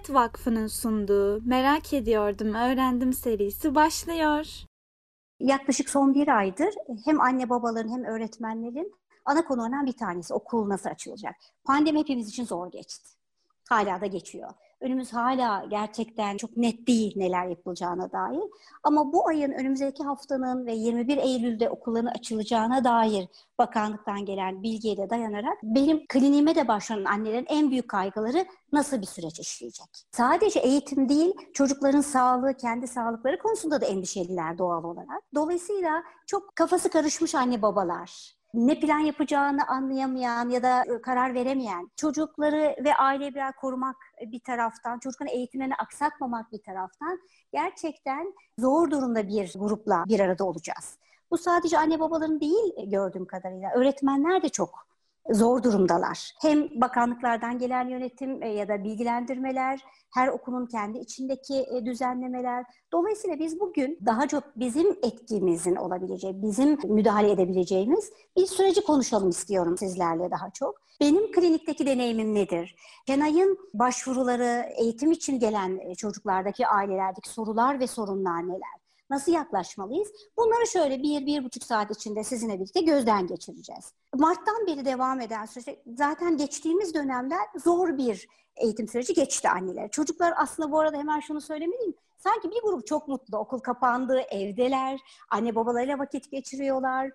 Hürriyet Vakfı'nın sunduğu Merak Ediyordum, Öğrendim serisi başlıyor. Yaklaşık son bir aydır hem anne babaların hem öğretmenlerin ana konularından bir tanesi okul nasıl açılacak. Pandemi hepimiz için zor geçti. Hala da geçiyor. Önümüz hala gerçekten çok net değil neler yapılacağına dair. Ama bu ayın önümüzdeki haftanın ve 21 Eylül'de okulların açılacağına dair bakanlıktan gelen bilgiye de dayanarak benim kliniğime de başlayan annelerin en büyük kaygıları nasıl bir süreç işleyecek? Sadece eğitim değil, çocukların sağlığı, kendi sağlıkları konusunda da endişeliler doğal olarak. Dolayısıyla çok kafası karışmış anne babalar, ne plan yapacağını anlayamayan ya da karar veremeyen, çocukları ve aileyi biraz korumak bir taraftan, çocukların eğitimlerini aksatmamak bir taraftan gerçekten zor durumda bir grupla bir arada olacağız. Bu sadece anne babaların değil gördüğüm kadarıyla, öğretmenler de çok zor durumdalar. Hem bakanlıklardan gelen yönetim ya da bilgilendirmeler, her okulun kendi içindeki düzenlemeler. Dolayısıyla biz bugün daha çok bizim etkimizin olabileceği, bizim müdahale edebileceğimiz bir süreci konuşalım istiyorum sizlerle daha çok. Benim klinikteki deneyimim nedir? Şenay'ın başvuruları, eğitim için gelen çocuklardaki, ailelerdeki sorular ve sorunlar neler? Nasıl yaklaşmalıyız? Bunları şöyle 1-1,5 saat içinde sizinle birlikte gözden geçireceğiz. Mart'tan beri devam eden süreç, zaten geçtiğimiz dönemler zor bir eğitim süreci geçti anneler. Çocuklar aslında bu arada hemen şunu söylemeliyim. Sanki bir grup çok mutlu, okul kapandı, evdeler, anne babalarıyla vakit geçiriyorlar.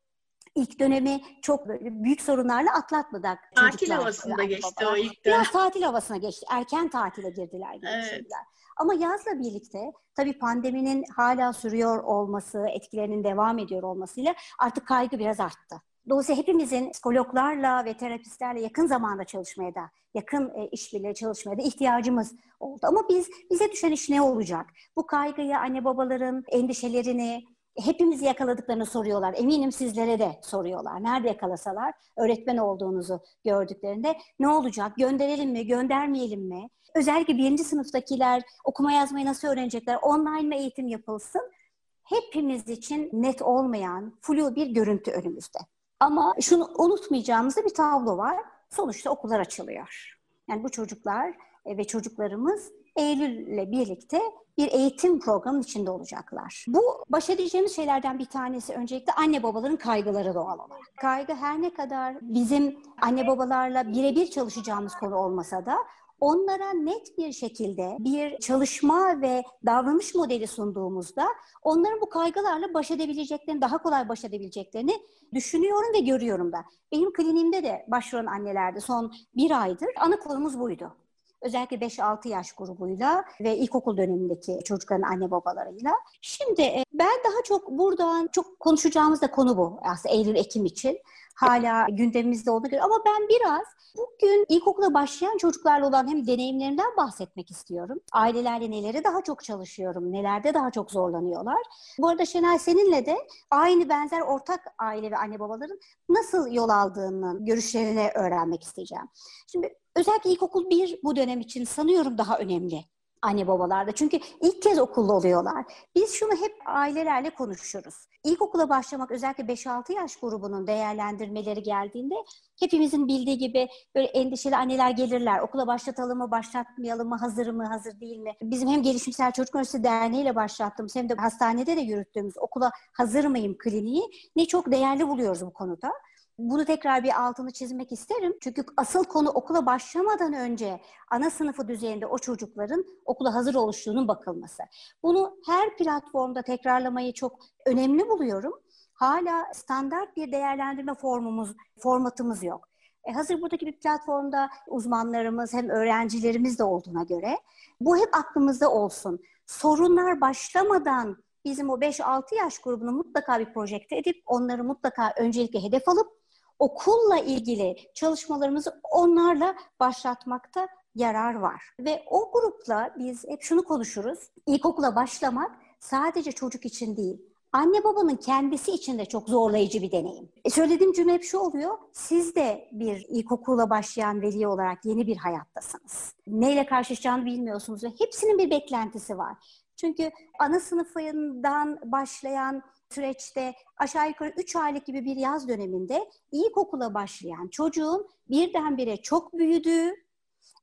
İlk dönemi çok böyle büyük sorunlarla atlatmadık. Tatil havasında geçti o ilk dönem. Biraz tatil havasına geçti. Erken tatile girdiler diye düşündüler. Ama yazla birlikte tabii pandeminin hala sürüyor olması, etkilerinin devam ediyor olmasıyla artık kaygı biraz arttı. Dolayısıyla hepimizin psikologlarla ve terapistlerle yakın zamanda çalışmaya da, yakın işbirliği çalışmaya da ihtiyacımız oldu. Ama bize düşen iş ne olacak? Bu kaygıyı, anne babaların endişelerini hepimizi yakaladıklarını soruyorlar. Eminim sizlere de soruyorlar. Nerede yakalasalar öğretmen olduğunuzu gördüklerinde ne olacak? Gönderelim mi, göndermeyelim mi? Özellikle 1. sınıftakiler okuma yazmayı nasıl öğrenecekler? Online mi eğitim yapılsın? Hepimiz için net olmayan, flu bir görüntü önümüzde. Ama şunu unutmayacağımız da bir tablo var. Sonuçta okullar açılıyor. Yani bu çocuklar ve çocuklarımız Eylül'le birlikte bir eğitim programının içinde olacaklar. Bu baş edeceğimiz şeylerden bir tanesi öncelikle anne babaların kaygıları doğal olarak. Kaygı her ne kadar bizim anne babalarla birebir çalışacağımız konu olmasa da onlara net bir şekilde bir çalışma ve davranış modeli sunduğumuzda onların bu kaygılarla baş edebileceklerini, daha kolay baş edebileceklerini düşünüyorum ve görüyorum da. Benim kliniğimde de başvuran annelerde son bir aydır ana konumuz buydu. Özellikle 5-6 yaş grubuyla ve ilkokul dönemindeki çocukların anne babalarıyla. Şimdi ben daha çok buradan çok konuşacağımız da konu bu aslında Eylül-Ekim için. Hala gündemimizde olduğu gibi ama ben biraz bugün ilkokula başlayan çocuklarla olan hem deneyimlerimden bahsetmek istiyorum. Ailelerle neleri daha çok çalışıyorum, nelerde daha çok zorlanıyorlar. Bu arada Şenay seninle de aynı benzer ortak aile ve anne babaların nasıl yol aldığını, görüşlerini öğrenmek isteyeceğim. Şimdi özellikle ilkokul 1 bu dönem için sanıyorum daha önemli anne babalarda. Çünkü ilk kez okulda oluyorlar. Biz şunu hep ailelerle konuşuruz. İlkokula başlamak özellikle 5-6 yaş grubunun değerlendirmeleri geldiğinde hepimizin bildiği gibi böyle endişeli anneler gelirler. Okula başlatalım mı, başlatmayalım mı, hazır mı, hazır değil mi? Bizim hem Gelişimsel Çocuk Üniversitesi Derneği ile başlattığımız hem de hastanede de yürüttüğümüz okula hazır mıyım kliniği ne çok değerli buluyoruz bu konuda. Bunu tekrar bir altını çizmek isterim. Çünkü asıl konu okula başlamadan önce ana sınıfı düzeyinde o çocukların okula hazır oluşunun bakılması. Bunu her platformda tekrarlamayı çok önemli buluyorum. Hala standart bir değerlendirme formatımız yok. Hazır buradaki bir platformda uzmanlarımız hem öğrencilerimiz de olduğuna göre bu hep aklımızda olsun. Sorunlar başlamadan bizim o 5-6 yaş grubunu mutlaka bir projekte edip onları mutlaka öncelikle hedef alıp okulla ilgili çalışmalarımızı onlarla başlatmakta yarar var. Ve o grupla biz hep şunu konuşuruz. İlkokula başlamak sadece çocuk için değil, anne babanın kendisi için de çok zorlayıcı bir deneyim. Söylediğim cümle hep şu oluyor. Siz de bir ilkokula başlayan veli olarak yeni bir hayattasınız. Neyle karşılaşacağını bilmiyorsunuz ve hepsinin bir beklentisi var. Çünkü ana sınıfından başlayan süreçte aşağı yukarı 3 aylık gibi bir yaz döneminde ilkokula başlayan çocuğun birdenbire çok büyüdüğü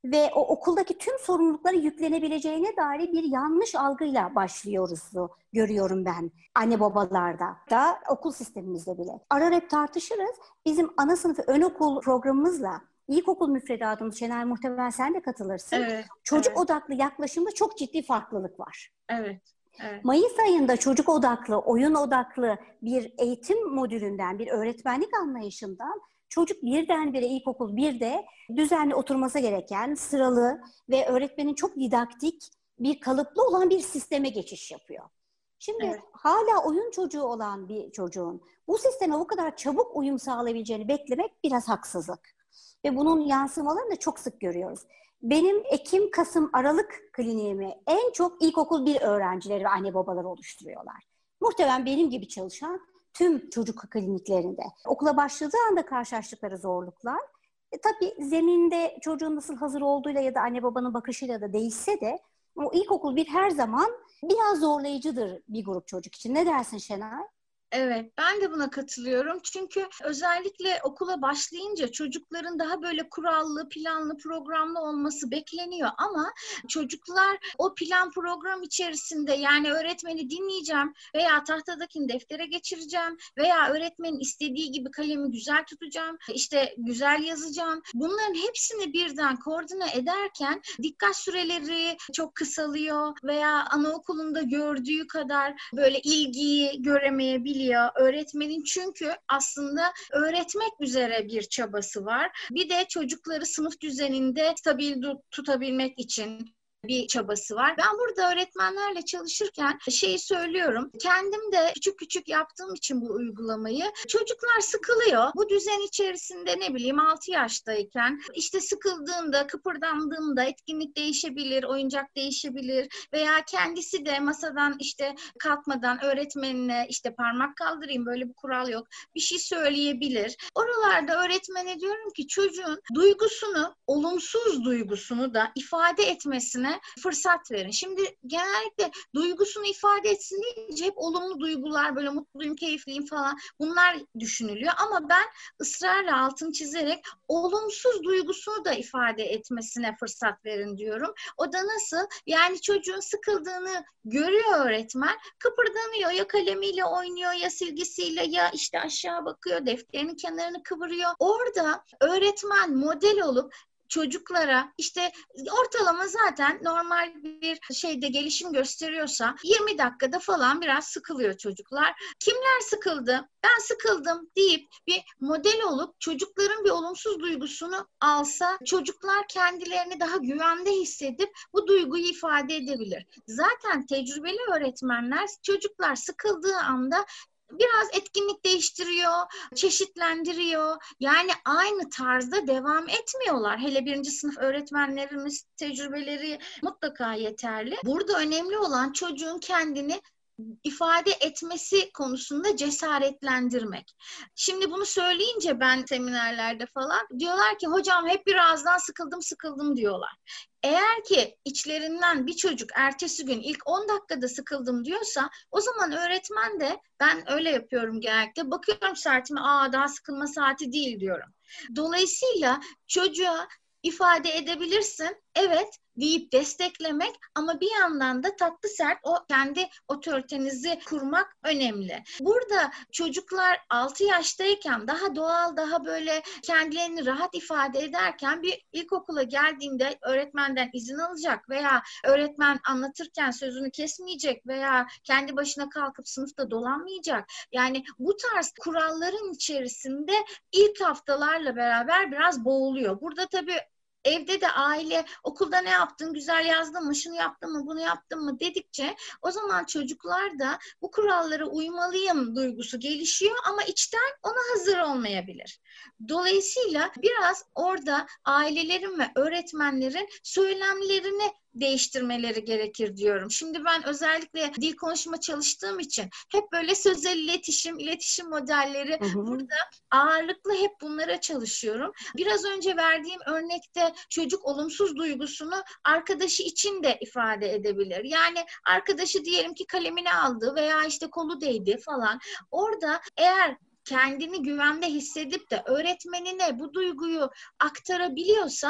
ve o okuldaki tüm sorumlulukları yüklenebileceğine dair bir yanlış algıyla başlıyoruz, görüyorum ben anne babalarda da, okul sistemimizde bile. Arar hep tartışırız. Bizim ana sınıfı ön okul programımızla ilkokul müfredatımız, Şener muhtemelen sen de katılırsın. Evet, çocuk odaklı yaklaşımda çok ciddi farklılık var. Evet. Evet. Mayıs ayında çocuk odaklı, oyun odaklı bir eğitim modülünden, bir öğretmenlik anlayışından çocuk birdenbire ilkokul 1'de düzenli oturması gereken, sıralı ve öğretmenin çok didaktik, bir kalıplı olan bir sisteme geçiş yapıyor. Şimdi hala oyun çocuğu olan bir çocuğun bu sisteme o kadar çabuk uyum sağlayabileceğini beklemek biraz haksızlık. Ve bunun yansımalarını da çok sık görüyoruz. Benim Ekim, Kasım, Aralık kliniğimi en çok ilkokul 1 öğrencileri ve anne babaları oluşturuyorlar. Muhtemelen benim gibi çalışan tüm çocuk kliniklerinde. Okula başladığı anda karşılaştıkları zorluklar, tabii zeminde çocuğun nasıl hazır olduğuyla ya da anne babanın bakışıyla da değişse de o ilkokul 1 her zaman biraz zorlayıcıdır bir grup çocuk için. Ne dersin Şenay? Evet, ben de buna katılıyorum. Çünkü özellikle okula başlayınca çocukların daha böyle kurallı, planlı, programlı olması bekleniyor. Ama çocuklar o plan program içerisinde, yani öğretmeni dinleyeceğim veya tahtadakini deftere geçireceğim veya öğretmenin istediği gibi kalemi güzel tutacağım, işte güzel yazacağım. Bunların hepsini birden koordine ederken dikkat süreleri çok kısalıyor veya anaokulunda gördüğü kadar böyle ilgiyi göremeyebiliyor öğretmenin, çünkü aslında öğretmek üzere bir çabası var. Bir de çocukları sınıf düzeninde stabil tutabilmek için bir çabası var. Ben burada öğretmenlerle çalışırken şeyi söylüyorum. Kendim de küçük küçük yaptığım için bu uygulamayı, çocuklar sıkılıyor. Bu düzen içerisinde ne bileyim 6 yaştayken işte sıkıldığında, kıpırdandığında etkinlik değişebilir, oyuncak değişebilir veya kendisi de masadan işte kalkmadan öğretmenine işte parmak kaldırayım, böyle bir kural yok, bir şey söyleyebilir. Oralarda öğretmene diyorum ki çocuğun duygusunu, olumsuz duygusunu da ifade etmesine fırsat verin. Şimdi genellikle duygusunu ifade etsin deyince hep olumlu duygular, böyle mutluyum, keyifliyim falan, bunlar düşünülüyor. Ama ben ısrarla altını çizerek olumsuz duygusunu da ifade etmesine fırsat verin diyorum. O da nasıl? Yani çocuğun sıkıldığını görüyor öğretmen, kıpırdanıyor, ya kalemiyle oynuyor, ya silgisiyle, ya işte aşağı bakıyor, defterinin kenarını kıvırıyor. Orada öğretmen model olup çocuklara işte ortalama zaten normal bir şeyde gelişim gösteriyorsa 20 dakikada falan biraz sıkılıyor çocuklar. Kimler sıkıldı? Ben sıkıldım deyip bir model olup çocukların bir olumsuz duygusunu alsa, çocuklar kendilerini daha güvende hissedip bu duyguyu ifade edebilir. Zaten tecrübeli öğretmenler çocuklar sıkıldığı anda biraz etkinlik değiştiriyor, çeşitlendiriyor. Yani aynı tarzda devam etmiyorlar. Hele 1. sınıf öğretmenlerimiz tecrübeleri mutlaka yeterli. Burada önemli olan çocuğun kendini ifade etmesi konusunda cesaretlendirmek. Şimdi bunu söyleyince ben seminerlerde falan diyorlar ki hocam hep birazdan sıkıldım diyorlar. Eğer ki içlerinden bir çocuk ertesi gün ilk 10 dakikada sıkıldım diyorsa, o zaman öğretmen de, ben öyle yapıyorum genellikle, bakıyorum saatime, daha sıkılma saati değil diyorum. Dolayısıyla çocuğa ifade edebilirsin, evet deyip desteklemek, ama bir yandan da tatlı sert o kendi otoritenizi kurmak önemli. Burada çocuklar 6 yaştayken daha doğal, daha böyle kendilerini rahat ifade ederken bir ilkokula geldiğinde öğretmenden izin alacak veya öğretmen anlatırken sözünü kesmeyecek veya kendi başına kalkıp sınıfta dolanmayacak. Yani bu tarz kuralların içerisinde ilk haftalarla beraber biraz boğuluyor. Burada tabii evde de aile okulda ne yaptın, güzel yazdın mı, şunu yaptın mı, bunu yaptın mı dedikçe o zaman çocuklar da bu kurallara uymalıyım duygusu gelişiyor ama içten ona hazır olmayabilir. Dolayısıyla biraz orada ailelerin ve öğretmenlerin söylemlerini değiştirmeleri gerekir diyorum. Şimdi ben özellikle dil konuşma çalıştığım için hep böyle sözel iletişim modelleri, burada ağırlıklı hep bunlara çalışıyorum. Biraz önce verdiğim örnekte çocuk olumsuz duygusunu arkadaşı için de ifade edebilir. Yani arkadaşı diyelim ki kalemini aldı veya işte kolu değdi falan. Orada eğer kendini güvende hissedip de öğretmenine bu duyguyu aktarabiliyorsa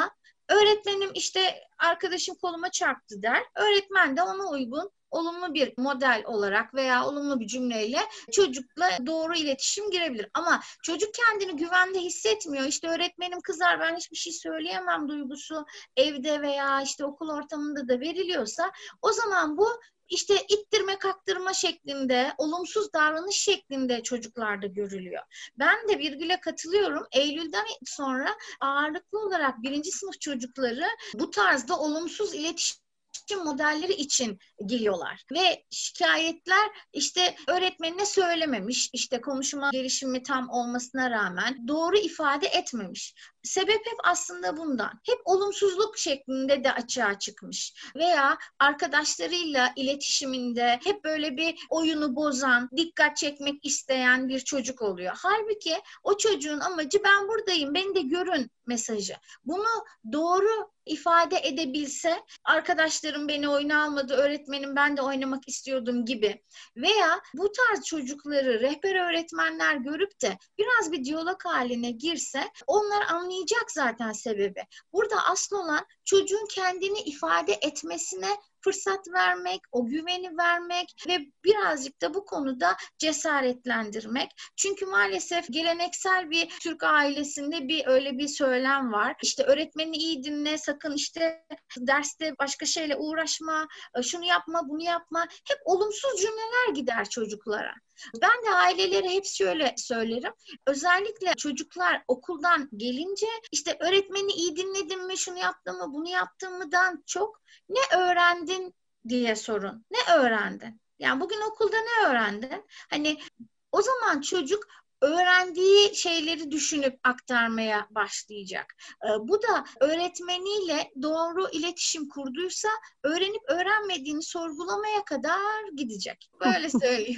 Öğretmenim işte arkadaşım koluma çarptı der. Öğretmen de ona uygun olumlu bir model olarak veya olumlu bir cümleyle çocukla doğru iletişim girebilir. Ama çocuk kendini güvende hissetmiyor. İşte öğretmenim kızar, ben hiçbir şey söyleyemem duygusu evde veya işte okul ortamında da veriliyorsa, o zaman bu işte ittirme kaktırma şeklinde, olumsuz davranış şeklinde çocuklarda görülüyor. Ben de virgüle katılıyorum. Eylül'den sonra ağırlıklı olarak 1. sınıf çocukları bu tarzda olumsuz iletişim modelleri için geliyorlar ve şikayetler işte öğretmenine söylememiş, işte konuşma gelişimi tam olmasına rağmen doğru ifade etmemiş. Sebep hep aslında bundan. Hep olumsuzluk şeklinde de açığa çıkmış veya arkadaşlarıyla iletişiminde hep böyle bir oyunu bozan, dikkat çekmek isteyen bir çocuk oluyor. Halbuki o çocuğun amacı ben buradayım, beni de görün mesajı. Bunu doğru ifade edebilse, arkadaşlarım beni oyuna almadı, öğretmenim ben de oynamak istiyordum gibi veya bu tarz çocukları rehber öğretmenler görüp de biraz bir diyalog haline girse, onlar anlayacak zaten sebebi. Burada asıl olan çocuğun kendini ifade etmesine fırsat vermek, o güveni vermek ve birazcık da bu konuda cesaretlendirmek. Çünkü maalesef geleneksel bir Türk ailesinde öyle bir söylem var. İşte öğretmeni iyi dinle, sakın işte derste başka şeyle uğraşma, şunu yapma, bunu yapma. Hep olumsuz cümleler gider çocuklara. Ben de ailelere hep şöyle söylerim. Özellikle çocuklar okuldan gelince işte öğretmeni iyi dinledin mi, şunu yaptın mı, bunu yaptın mıdan çok ne öğrendin diye sorun. Ne öğrendin? Yani bugün okulda ne öğrendin? Hani o zaman çocuk öğrendiği şeyleri düşünüp aktarmaya başlayacak. Bu da öğretmeniyle doğru iletişim kurduysa öğrenip öğrenmediğini sorgulamaya kadar gidecek. Böyle söyleyeyim.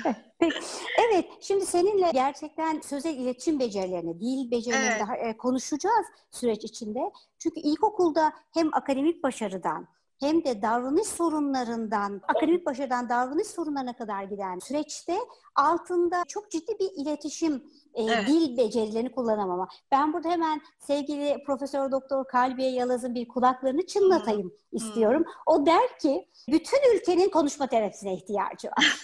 Evet, şimdi seninle gerçekten sözel iletişim becerilerini, dil becerilerini Evet. daha konuşacağız süreç içinde. Çünkü ilkokulda hem akademik başarıdan hem de davranış sorunlarından, akademik başarıdan davranış sorunlarına kadar giden süreçte altında çok ciddi bir iletişim, Evet. dil becerilerini kullanamama. Ben burada hemen sevgili Profesör Doktor Kalbiye Yalaz'ın bir kulaklarını çınlatayım istiyorum. O der ki, bütün ülkenin konuşma terapisine ihtiyacı var.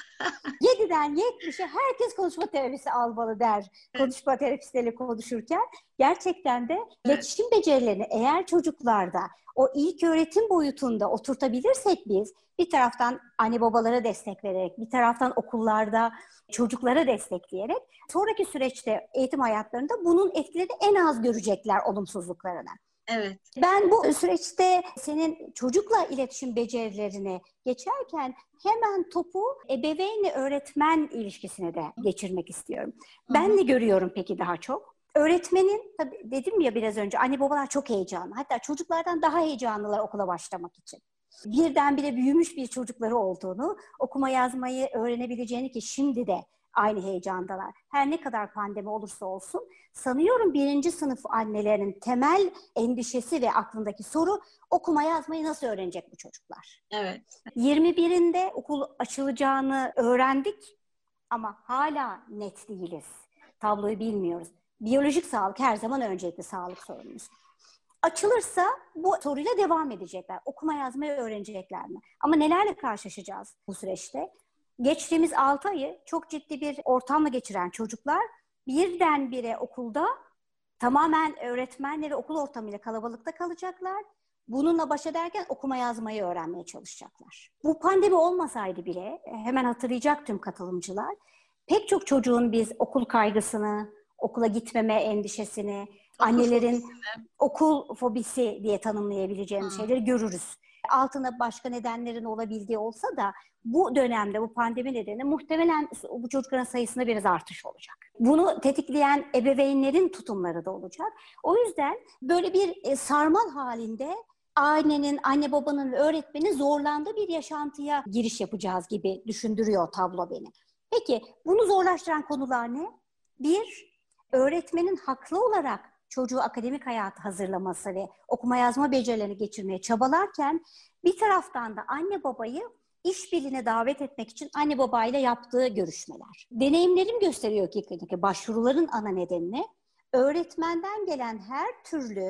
7'den 70'e herkes konuşma terapisi almalı der. Konuşma terapistleriyle konuşurken gerçekten de iletişim becerilerini eğer çocuklarda o ilk öğretim boyutunda oturtabilirsek biz, bir taraftan anne babalara destek vererek, bir taraftan okullarda çocuklara destekleyerek sonraki süreçte eğitim hayatlarında bunun etkilerini en az görecekler, olumsuzluklarını. Evet. Ben bu süreçte senin çocukla iletişim becerilerini geçerken hemen topu ebeveynle öğretmen ilişkisine de geçirmek istiyorum. Ben de görüyorum peki daha çok. Öğretmenin, tabii dedim ya biraz önce, anne babalar çok heyecanlı. Hatta çocuklardan daha heyecanlılar okula başlamak için. Birdenbire büyümüş bir çocukları olduğunu, okuma yazmayı öğrenebileceğini, ki şimdi de aynı heyecandalar. Her ne kadar pandemi olursa olsun, sanıyorum 1. sınıf annelerinin temel endişesi ve aklındaki soru, okuma yazmayı nasıl öğrenecek bu çocuklar? Evet. 21'inde okul açılacağını öğrendik ama hala net değiliz. Tabloyu bilmiyoruz. Biyolojik sağlık her zaman öncelikli sağlık sorunumuz. Açılırsa bu soruyla devam edecekler. Okuma yazmayı öğrenecekler mi? Ama nelerle karşılaşacağız bu süreçte? Geçtiğimiz 6 ayı çok ciddi bir ortamla geçiren çocuklar birdenbire okulda tamamen öğretmenle ve okul ortamıyla kalabalıkta kalacaklar. Bununla baş ederken okuma yazmayı öğrenmeye çalışacaklar. Bu pandemi olmasaydı bile, hemen hatırlayacak tüm katılımcılar, pek çok çocuğun biz okul kaygısını, okula gitmeme endişesini, annelerin okul fobisi diye tanımlayabileceğimiz şeyleri görürüz. Altında başka nedenlerin olabildiği olsa da bu dönemde, bu pandemi nedeniyle muhtemelen bu çocukların sayısında biraz artış olacak. Bunu tetikleyen ebeveynlerin tutumları da olacak. O yüzden böyle bir sarmal halinde ailenin, anne babanın ve öğretmenin zorlandığı bir yaşantıya giriş yapacağız gibi düşündürüyor tablo beni. Peki bunu zorlaştıran konular ne? Bir, öğretmenin haklı olarak çocuğu akademik hayata hazırlaması ve okuma yazma becerilerini geçirmeye çabalarken bir taraftan da anne babayı işbirliğine davet etmek için anne babayla yaptığı görüşmeler. Deneyimlerim gösteriyor ki başvuruların ana nedeni öğretmenden gelen her türlü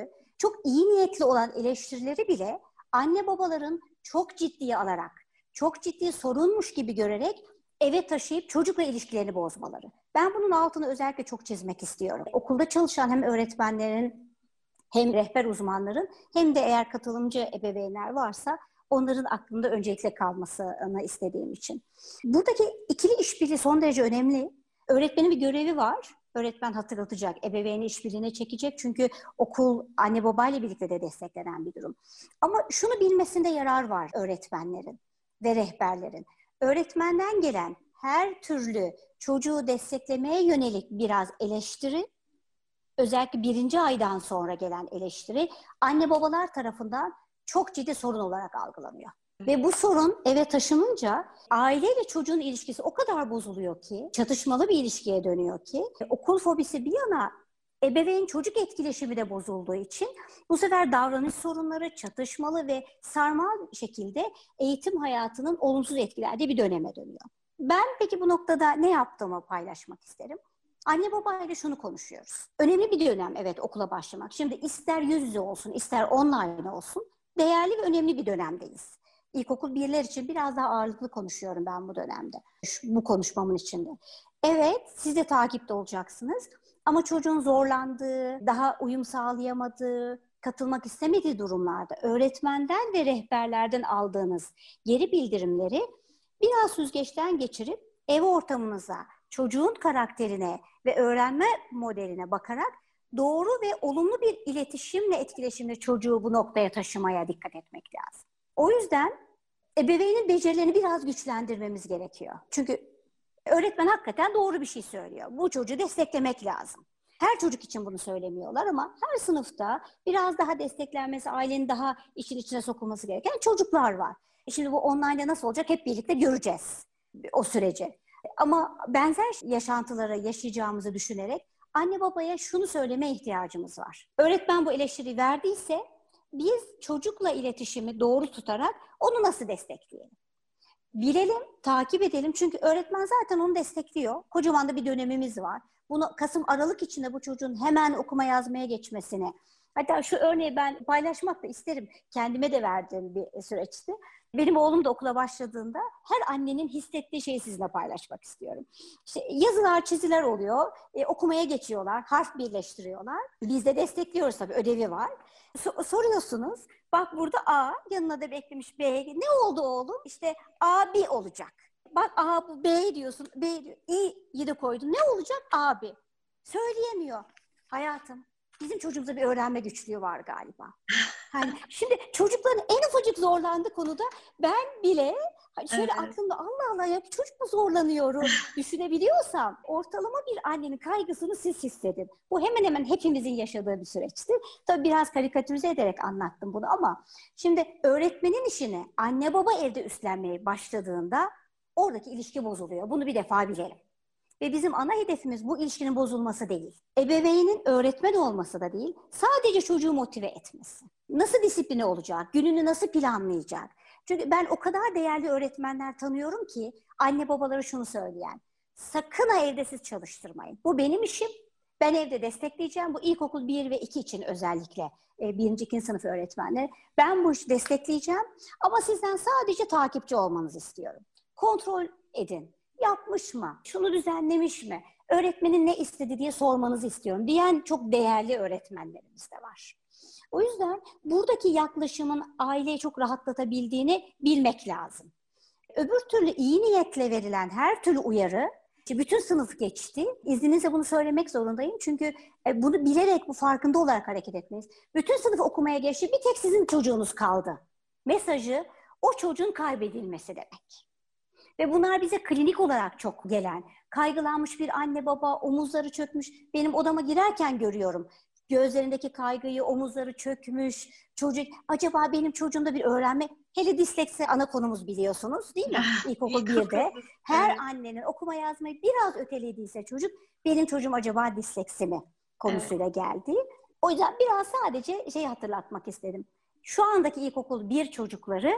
çok iyi niyetli olan eleştirileri bile anne babaların çok ciddiye alarak, çok ciddi sorunmuş gibi görerek eve taşıyıp çocukla ilişkilerini bozmaları. Ben bunun altını özellikle çok çizmek istiyorum. Okulda çalışan hem öğretmenlerin hem rehber uzmanların hem de eğer katılımcı ebeveynler varsa onların aklında öncelikle kalmasını istediğim için. Buradaki ikili işbirliği son derece önemli. Öğretmenin bir görevi var. Öğretmen hatırlatacak, ebeveyni işbirliğine çekecek. Çünkü okul anne babayla birlikte de desteklenen bir durum. Ama şunu bilmesinde yarar var öğretmenlerin ve rehberlerin. Öğretmenden gelen her türlü çocuğu desteklemeye yönelik biraz eleştiri, özellikle 1. aydan sonra gelen eleştiri anne babalar tarafından çok ciddi sorun olarak algılanıyor. Ve bu sorun eve taşınınca aileyle çocuğun ilişkisi o kadar bozuluyor ki, çatışmalı bir ilişkiye dönüyor ki, okul fobisi bir yana ebeveyn çocuk etkileşimi de bozulduğu için bu sefer davranış sorunları çatışmalı ve sarmal bir şekilde eğitim hayatının olumsuz etkilendiği bir döneme dönüyor. Ben peki bu noktada ne yaptığımı paylaşmak isterim. Anne babayla şunu konuşuyoruz. Önemli bir dönem evet okula başlamak. Şimdi ister yüz yüze olsun, ister online olsun değerli ve önemli bir dönemdeyiz. İlkokul 1'ler için biraz daha ağırlıklı konuşuyorum ben bu dönemde. Bu konuşmamın içinde. Evet, siz de takipte olacaksınız. Ama çocuğun zorlandığı, daha uyum sağlayamadığı, katılmak istemediği durumlarda öğretmenden ve rehberlerden aldığınız geri bildirimleri biraz süzgeçten geçirip ev ortamınıza, çocuğun karakterine ve öğrenme modeline bakarak doğru ve olumlu bir iletişimle, etkileşimle çocuğu bu noktaya taşımaya dikkat etmek lazım. O yüzden ebeveynin becerilerini biraz güçlendirmemiz gerekiyor. Çünkü öğretmen hakikaten doğru bir şey söylüyor. Bu çocuğu desteklemek lazım. Her çocuk için bunu söylemiyorlar ama her sınıfta biraz daha desteklenmesi, ailenin daha işin içine sokulması gereken çocuklar var. Şimdi bu online'da nasıl olacak hep birlikte göreceğiz o süreci. Ama benzer yaşantıları yaşayacağımızı düşünerek anne babaya şunu söylemeye ihtiyacımız var. Öğretmen bu eleştiri verdiyse biz çocukla iletişimi doğru tutarak onu nasıl destekleyelim? Bilelim, takip edelim. Çünkü öğretmen zaten onu destekliyor. Kocaman da bir dönemimiz var. Bunu Kasım-Aralık içinde bu çocuğun hemen okuma yazmaya geçmesine. Hatta şu örneği ben paylaşmak da isterim. Kendime de verdiğim bir süreçti. Benim oğlum da okula başladığında her annenin hissettiği şeyi sizinle paylaşmak istiyorum. İşte yazılar, çiziler oluyor. Okumaya geçiyorlar, harf birleştiriyorlar. Biz de destekliyoruz tabii, ödevi var. Soruyorsunuz. Bak burada A, yanına da beklemiş B. Ne oldu oğlum? İşte abi olacak. Bak A bu B diyorsun. B diyor. İ'yi de koydun. Ne olacak? Abi. Söyleyemiyor. Hayatım, bizim çocuğumuzda bir öğrenme güçlüğü var galiba. Hani şimdi çocukların en ufacık zorlandığı konuda ben bile şöyle aklımda Allah Allah ya çocuk mu zorlanıyor düşünebiliyorsam ortalama bir annenin kaygısını siz hissedin. Bu hemen hemen hepimizin yaşadığı bir süreçtir. Tabii biraz karikatürize ederek anlattım bunu ama şimdi öğretmenin işini anne baba evde üstlenmeye başladığında oradaki ilişki bozuluyor. Bunu bir defa bilelim. Ve bizim ana hedefimiz bu ilişkinin bozulması değil. Ebeveynin öğretmen olması da değil, sadece çocuğu motive etmesi. Nasıl disipline olacak, gününü nasıl planlayacak? Çünkü ben o kadar değerli öğretmenler tanıyorum ki anne babalara şunu söyleyen, sakın ha evde siz çalıştırmayın. Bu benim işim, ben evde destekleyeceğim. Bu ilkokul 1 ve 2 için özellikle 1. 2. sınıf öğretmenleri. Ben bu işi destekleyeceğim ama sizden sadece takipçi olmanızı istiyorum. Kontrol edin. Yapmış mı? Şunu düzenlemiş mi? Öğretmenin ne istedi diye sormanızı istiyorum diyen çok değerli öğretmenlerimiz de var. O yüzden buradaki yaklaşımın aileyi çok rahatlatabildiğini bilmek lazım. Öbür türlü iyi niyetle verilen her türlü uyarı, bütün sınıf geçti. İzninizle bunu söylemek zorundayım. Çünkü bunu bilerek, bu farkında olarak hareket etmeyiz. Bütün sınıf okumaya geçti, bir tek sizin çocuğunuz kaldı. Mesajı o çocuğun kaybedilmesi demek. Ve bunlar bize klinik olarak çok gelen, kaygılanmış bir anne baba, omuzları çökmüş. Benim odama girerken görüyorum. Gözlerindeki kaygıyı, omuzları çökmüş. Çocuk, acaba benim çocuğumda bir öğrenme, hele disleksi ana konumuz biliyorsunuz değil mi? İlkokul 1'de. Her annenin okuma yazmayı biraz ötelediyse çocuk, benim çocuğum acaba disleksi mi konusuyla geldi. O yüzden biraz sadece hatırlatmak istedim. Şu andaki ilkokul 1 çocukları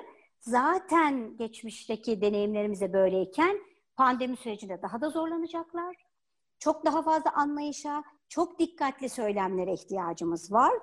zaten geçmişteki deneyimlerimize böyleyken pandemi sürecinde daha da zorlanacaklar. Çok daha fazla anlayışa, çok dikkatli söylemlere ihtiyacımız var.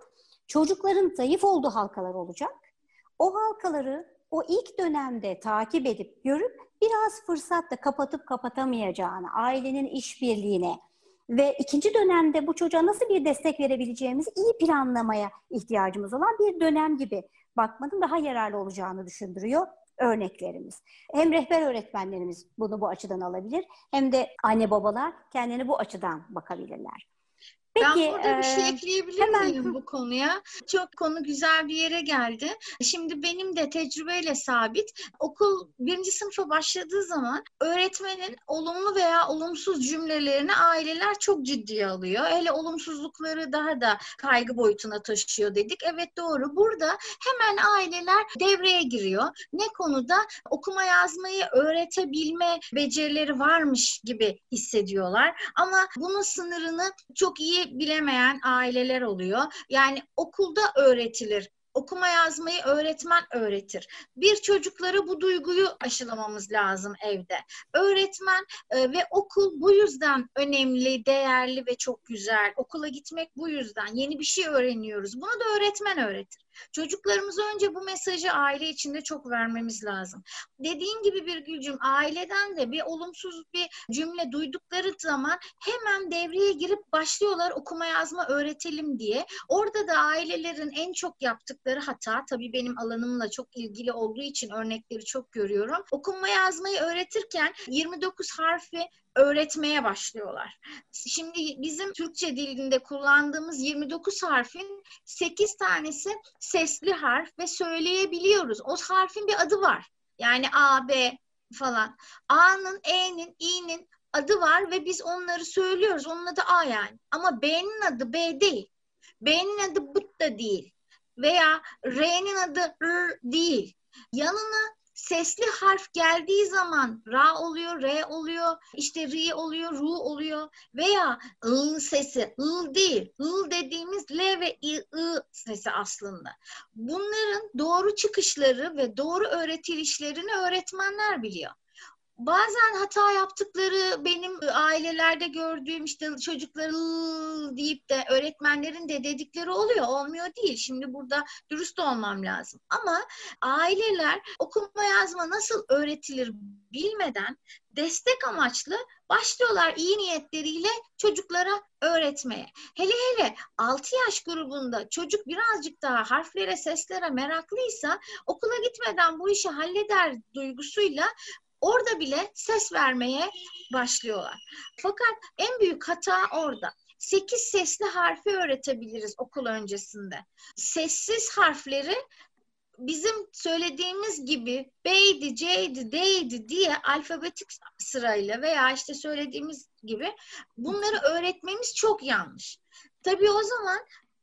Çocukların zayıf olduğu halkalar olacak. O halkaları o ilk dönemde takip edip görüp biraz fırsatla kapatıp kapatamayacağını, ailenin işbirliğine ve ikinci dönemde bu çocuğa nasıl bir destek verebileceğimizi iyi planlamaya ihtiyacımız olan bir dönem gibi bakmanın daha yararlı olacağını düşündürüyor örneklerimiz. Hem rehber öğretmenlerimiz bunu bu açıdan alabilir, hem de anne babalar kendini bu açıdan bakabilirler. Peki, ben burada bir şey ekleyebilir miyim bu konuya? Çok konu güzel bir yere geldi. Şimdi benim de tecrübeyle sabit. Okul 1. sınıfa başladığı zaman öğretmenin olumlu veya olumsuz cümlelerini aileler çok ciddiye alıyor. Hele olumsuzlukları daha da kaygı boyutuna taşıyor dedik. Evet, doğru. Burada hemen aileler devreye giriyor. Ne konuda? Okuma yazmayı öğretebilme becerileri varmış gibi hissediyorlar. Ama bunun sınırını çok iyi bilemeyen aileler oluyor. Yani okulda öğretilir. Okuma yazmayı öğretmen öğretir. Bir çocuklara bu duyguyu aşılamamız lazım evde. Öğretmen ve okul bu yüzden önemli, değerli ve çok güzel. Okula gitmek bu yüzden. Yeni bir şey öğreniyoruz. Bunu da öğretmen öğretir. Çocuklarımıza önce bu mesajı aile içinde çok vermemiz lazım. Dediğin gibi Birgülcüğüm, aileden de bir olumsuz bir cümle duydukları zaman hemen devreye girip başlıyorlar okuma yazma öğretelim diye. Orada da ailelerin en çok yaptıkları hata, tabii benim alanımla çok ilgili olduğu için örnekleri çok görüyorum. Okuma yazmayı öğretirken 29 harfi öğretmeye başlıyorlar. Şimdi bizim Türkçe dilinde kullandığımız 29 harfin 8 tanesi sesli harf ve söyleyebiliyoruz. O harfin bir adı var. Yani A, B falan. A'nın, E'nin, İ'nin adı var ve biz onları söylüyoruz. Onun adı A yani. Ama B'nin adı B değil. B'nin adı B da değil. Veya R'nin adı R değil. Yanına sesli harf geldiği zaman ra oluyor, re oluyor, işte ri oluyor, ru oluyor veya ı sesi, ı değil, ı dediğimiz l ve i, ı sesi aslında. Bunların doğru çıkışları ve doğru öğretilişlerini öğretmenler biliyor. Bazen hata yaptıkları benim ailelerde gördüğüm işte çocukları deyip de öğretmenlerin de dedikleri oluyor. Olmuyor değil. Şimdi burada dürüst olmam lazım. Ama aileler okuma yazma nasıl öğretilir bilmeden destek amaçlı başlıyorlar iyi niyetleriyle çocuklara öğretmeye. Hele hele 6 yaş grubunda çocuk birazcık daha harflere, seslere meraklıysa okula gitmeden bu işi halleder duygusuyla orada bile ses vermeye başlıyorlar. Fakat en büyük hata orada. 8 sesli harfi öğretebiliriz okul öncesinde. Sessiz harfleri bizim söylediğimiz gibi B'ydi, C'ydi, D'ydi diye alfabetik sırayla veya işte söylediğimiz gibi bunları öğretmemiz çok yanlış. Tabii o zaman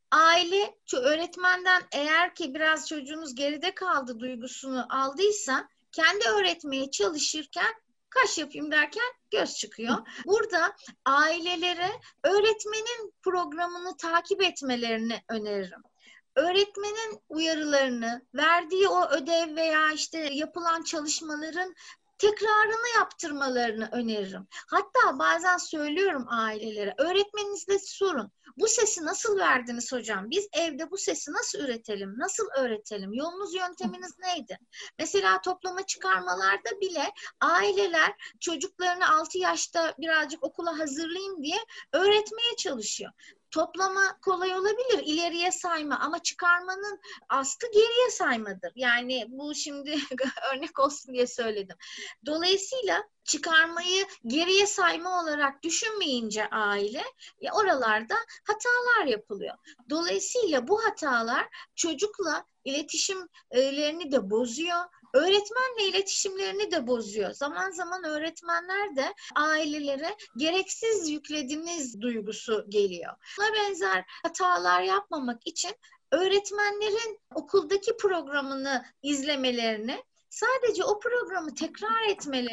aile öğretmenden eğer ki biraz çocuğunuz geride kaldı duygusunu aldıysa kendi öğretmeye çalışırken kaş yapayım derken göz çıkıyor. Burada ailelere öğretmenin programını takip etmelerini öneririm. Öğretmenin uyarılarını, verdiği o ödev veya işte yapılan çalışmaların tekrarını yaptırmalarını öneririm. Hatta bazen söylüyorum ailelere, öğretmeninizle sorun. Bu sesi nasıl verdiniz hocam? Biz evde bu sesi nasıl üretelim? Nasıl öğretelim? Yolunuz, yönteminiz neydi? Mesela toplama çıkarmalarda bile aileler çocuklarını 6 yaşta birazcık okula hazırlayayım diye öğretmeye çalışıyor. Toplama kolay olabilir, ileriye sayma ama çıkarmanın aslı geriye saymadır. Yani bu şimdi örnek olsun diye söyledim. Dolayısıyla çıkarmayı geriye sayma olarak düşünmeyince aile oralarda hatalar yapılıyor. Dolayısıyla bu hatalar çocukla iletişimlerini de bozuyor. Öğretmenle iletişimlerini de bozuyor. Zaman zaman öğretmenler de ailelere gereksiz yüklediniz duygusu geliyor. Buna benzer hatalar yapmamak için öğretmenlerin okuldaki programını izlemelerini, sadece o programı tekrar etmelerini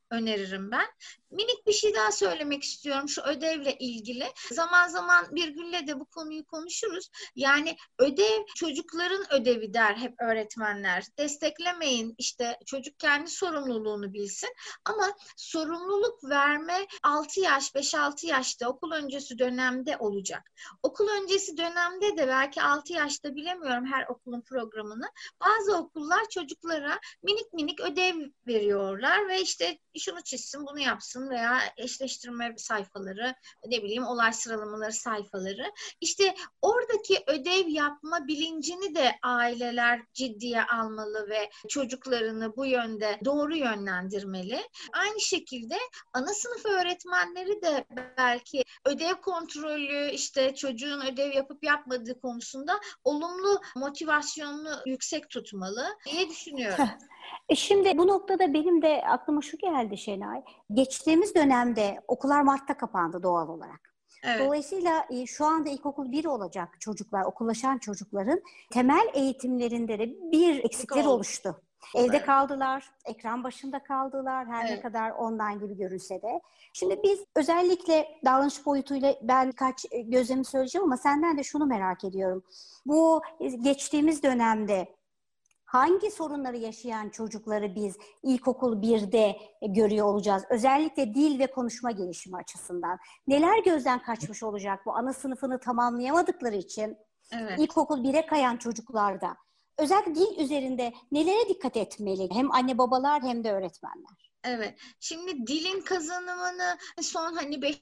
öneririm ben. Minik bir şey daha söylemek istiyorum şu ödevle ilgili. Zaman zaman Birgül'le de bu konuyu konuşuruz. Yani ödev çocukların ödevi der hep öğretmenler. Desteklemeyin, işte çocuk kendi sorumluluğunu bilsin. Ama sorumluluk verme 6 yaş, 5-6 yaşta okul öncesi dönemde olacak. Okul öncesi dönemde de belki 6 yaşta, bilemiyorum her okulun programını. Bazı okullar çocuklara minik minik ödev veriyorlar ve işte şunu çizsin, bunu yapsın veya eşleştirme sayfaları, ne bileyim olay sıralamaları sayfaları. İşte oradaki ödev yapma bilincini de aileler ciddiye almalı ve çocuklarını bu yönde doğru yönlendirmeli. Aynı şekilde ana sınıf öğretmenleri de belki ödev kontrolü, işte çocuğun ödev yapıp yapmadığı konusunda olumlu motivasyonunu yüksek tutmalı diye düşünüyorum. Şimdi bu noktada benim de aklıma şu geldi Şenay. Geçtiğimiz dönemde okullar Mart'ta kapandı doğal olarak. Evet. Dolayısıyla şu anda ilkokul 1 olacak çocuklar, okullaşan çocukların temel eğitimlerinde de bir eksikleri oluştu. Evde kaldılar, ekran başında kaldılar her ne kadar online gibi görünse de. Şimdi biz özellikle davranış boyutuyla ben birkaç gözlemi söyleyeceğim ama senden de şunu merak ediyorum. Bu geçtiğimiz dönemde hangi sorunları yaşayan çocukları biz ilkokul 1'de görüyor olacağız? Özellikle dil ve konuşma gelişimi açısından. Neler gözden kaçmış olacak bu ana sınıfını tamamlayamadıkları için ilkokul 1'e kayan çocuklarda? Özellikle dil üzerinde nelere dikkat etmeli? Hem anne babalar hem de öğretmenler. Evet. Şimdi dilin kazanımını son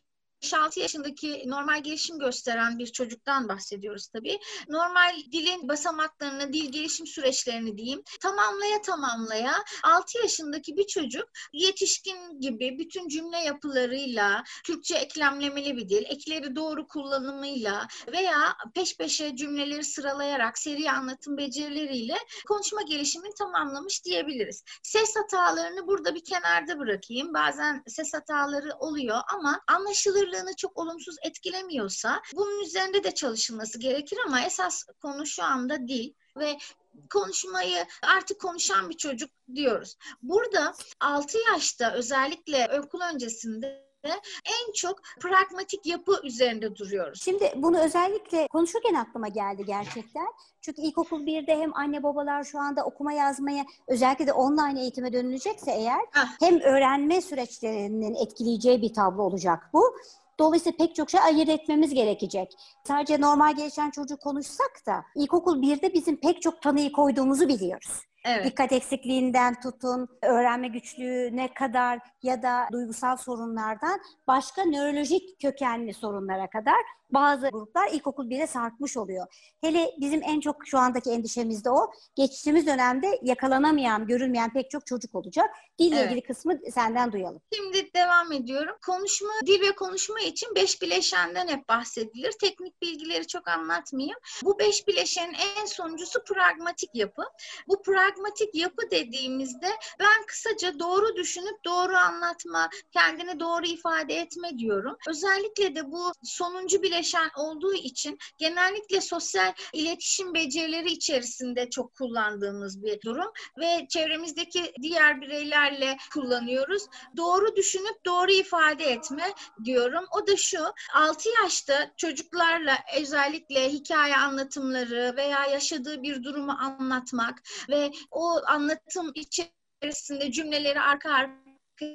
5-6 yaşındaki normal gelişim gösteren bir çocuktan bahsediyoruz tabii. Normal dilin basamaklarını, dil gelişim süreçlerini diyeyim, tamamlaya 6 yaşındaki bir çocuk yetişkin gibi bütün cümle yapılarıyla, Türkçe eklemlemeli bir dil, ekleri doğru kullanımıyla veya peş peşe cümleleri sıralayarak seri anlatım becerileriyle konuşma gelişimini tamamlamış diyebiliriz. Ses hatalarını burada bir kenarda bırakayım. Bazen ses hataları oluyor ama anlaşılır çok olumsuz etkilemiyorsa bunun üzerinde de çalışılması gerekir ama esas konu şu anda dil ve konuşmayı artık konuşan bir çocuk diyoruz. Burada 6 yaşta özellikle okul öncesinde en çok pragmatik yapı üzerinde duruyoruz. Şimdi bunu özellikle konuşurken aklıma geldi gerçekten. Çünkü ilkokul 1'de hem anne babalar şu anda okuma yazmaya özellikle de online eğitime dönülecekse eğer hem öğrenme süreçlerinin etkileyeceği bir tablo olacak bu. Dolayısıyla pek çok şey ayırt etmemiz gerekecek. Sadece normal gelişen çocuk konuşsak da ilkokul 1'de bizim pek çok tanıyı koyduğumuzu biliyoruz. Evet. Dikkat eksikliğinden tutun, öğrenme güçlüğüne kadar ya da duygusal sorunlardan başka nörolojik kökenli sorunlara kadar bazı gruplar ilkokul 1'e sarkmış oluyor. Hele bizim en çok şu andaki endişemiz de o. Geçtiğimiz dönemde yakalanamayan, görülmeyen pek çok çocuk olacak. Dille ilgili kısmı senden duyalım. Şimdi devam ediyorum. Dil ve konuşma için 5 bileşenden hep bahsedilir. Teknik bilgileri çok anlatmayayım. Bu 5 bileşenin en sonuncusu pragmatik yapı. Bu pragmatik yapı dediğimizde ben kısaca doğru düşünüp doğru anlatma, kendini doğru ifade etme diyorum. Özellikle de bu sonuncu bileşen olduğu için genellikle sosyal iletişim becerileri içerisinde çok kullandığımız bir durum ve çevremizdeki diğer bireylerle kullanıyoruz. Doğru düşünüp doğru ifade etme diyorum. O da şu, 6 yaşta çocuklarla özellikle hikaye anlatımları veya yaşadığı bir durumu anlatmak ve o anlatım içerisinde cümleleri arka arkaya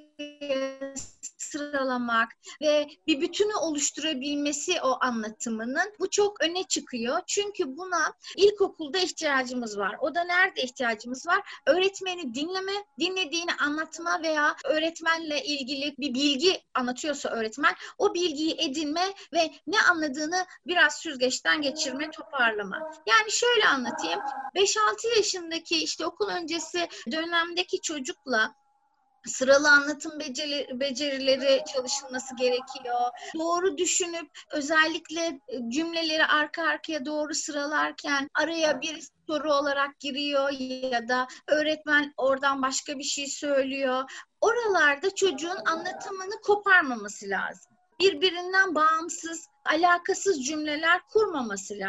sıralamak ve bir bütünü oluşturabilmesi o anlatımının, bu çok öne çıkıyor. Çünkü buna ilkokulda ihtiyacımız var. O da nerede ihtiyacımız var? Öğretmeni dinleme, dinlediğini anlatma veya öğretmenle ilgili bir bilgi anlatıyorsa öğretmen, o bilgiyi edinme ve ne anladığını biraz süzgeçten geçirme, toparlama. Yani şöyle anlatayım. 5-6 yaşındaki işte okul öncesi dönemdeki çocukla sıralı anlatım becerileri çalışılması gerekiyor. Doğru düşünüp özellikle cümleleri arka arkaya doğru sıralarken araya bir soru olarak giriyor ya da öğretmen oradan başka bir şey söylüyor. Oralarda çocuğun anlatımını koparmaması lazım. Birbirinden bağımsız, alakasız cümleler kurmaması lazım.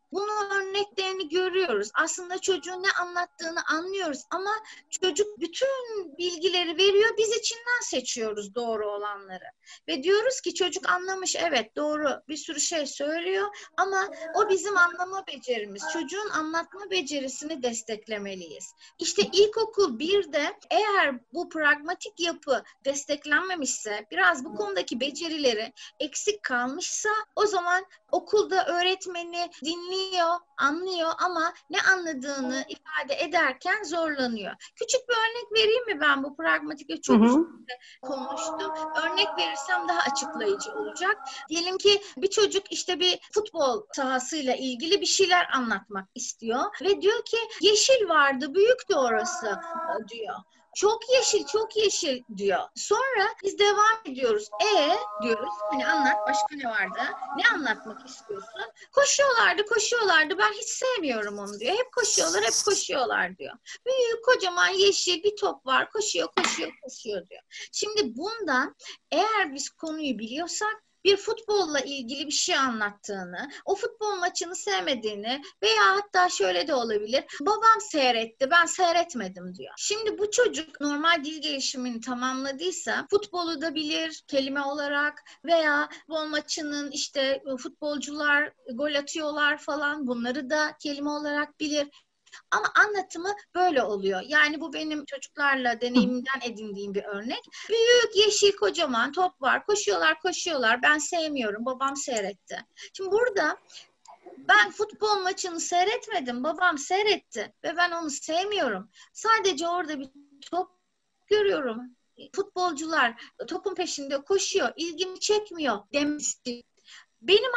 Bunun örneklerini görüyoruz. Aslında çocuğun ne anlattığını anlıyoruz ama çocuk bütün bilgileri veriyor. Biz içinden seçiyoruz doğru olanları. Ve diyoruz ki çocuk anlamış, evet doğru bir sürü şey söylüyor ama o bizim anlama becerimiz. Çocuğun anlatma becerisini desteklemeliyiz. İşte ilkokul 1'de eğer bu pragmatik yapı desteklenmemişse, biraz bu konudaki becerileri eksik kalmışsa, o zaman okulda öğretmeni dinliyor, anlıyor ama ne anladığını ifade ederken zorlanıyor. Küçük bir örnek vereyim mi ben, bu pragmatikle çok konuştum. Örnek verirsem daha açıklayıcı olacak. Diyelim ki bir çocuk işte bir futbol sahasıyla ilgili bir şeyler anlatmak istiyor ve diyor ki yeşil vardı, büyüktü orası diyor. Çok yeşil, çok yeşil diyor. Sonra biz devam ediyoruz. Diyoruz. Hani anlat, başka ne vardı? Ne anlatmak istiyorsun? Koşuyorlardı. Ben hiç sevmiyorum onu diyor. Hep koşuyorlar diyor. Büyük, kocaman yeşil bir top var. Koşuyor diyor. Şimdi bundan eğer biz konuyu biliyorsak, bir futbolla ilgili bir şey anlattığını, o futbol maçını sevmediğini veya hatta şöyle de olabilir, babam seyretti, ben seyretmedim diyor. Şimdi bu çocuk normal dil gelişimini tamamladıysa futbolu da bilir kelime olarak veya futbol maçının işte futbolcular gol atıyorlar falan, bunları da kelime olarak bilir. Ama anlatımı böyle oluyor. Yani bu benim çocuklarla deneyimimden edindiğim bir örnek. Büyük, yeşil, kocaman top var. Koşuyorlar. Ben sevmiyorum. Babam seyretti. Şimdi burada ben futbol maçını seyretmedim. Babam seyretti ve ben onu sevmiyorum. Sadece orada bir top görüyorum. Futbolcular topun peşinde koşuyor. İlgimi çekmiyor demesi. Benim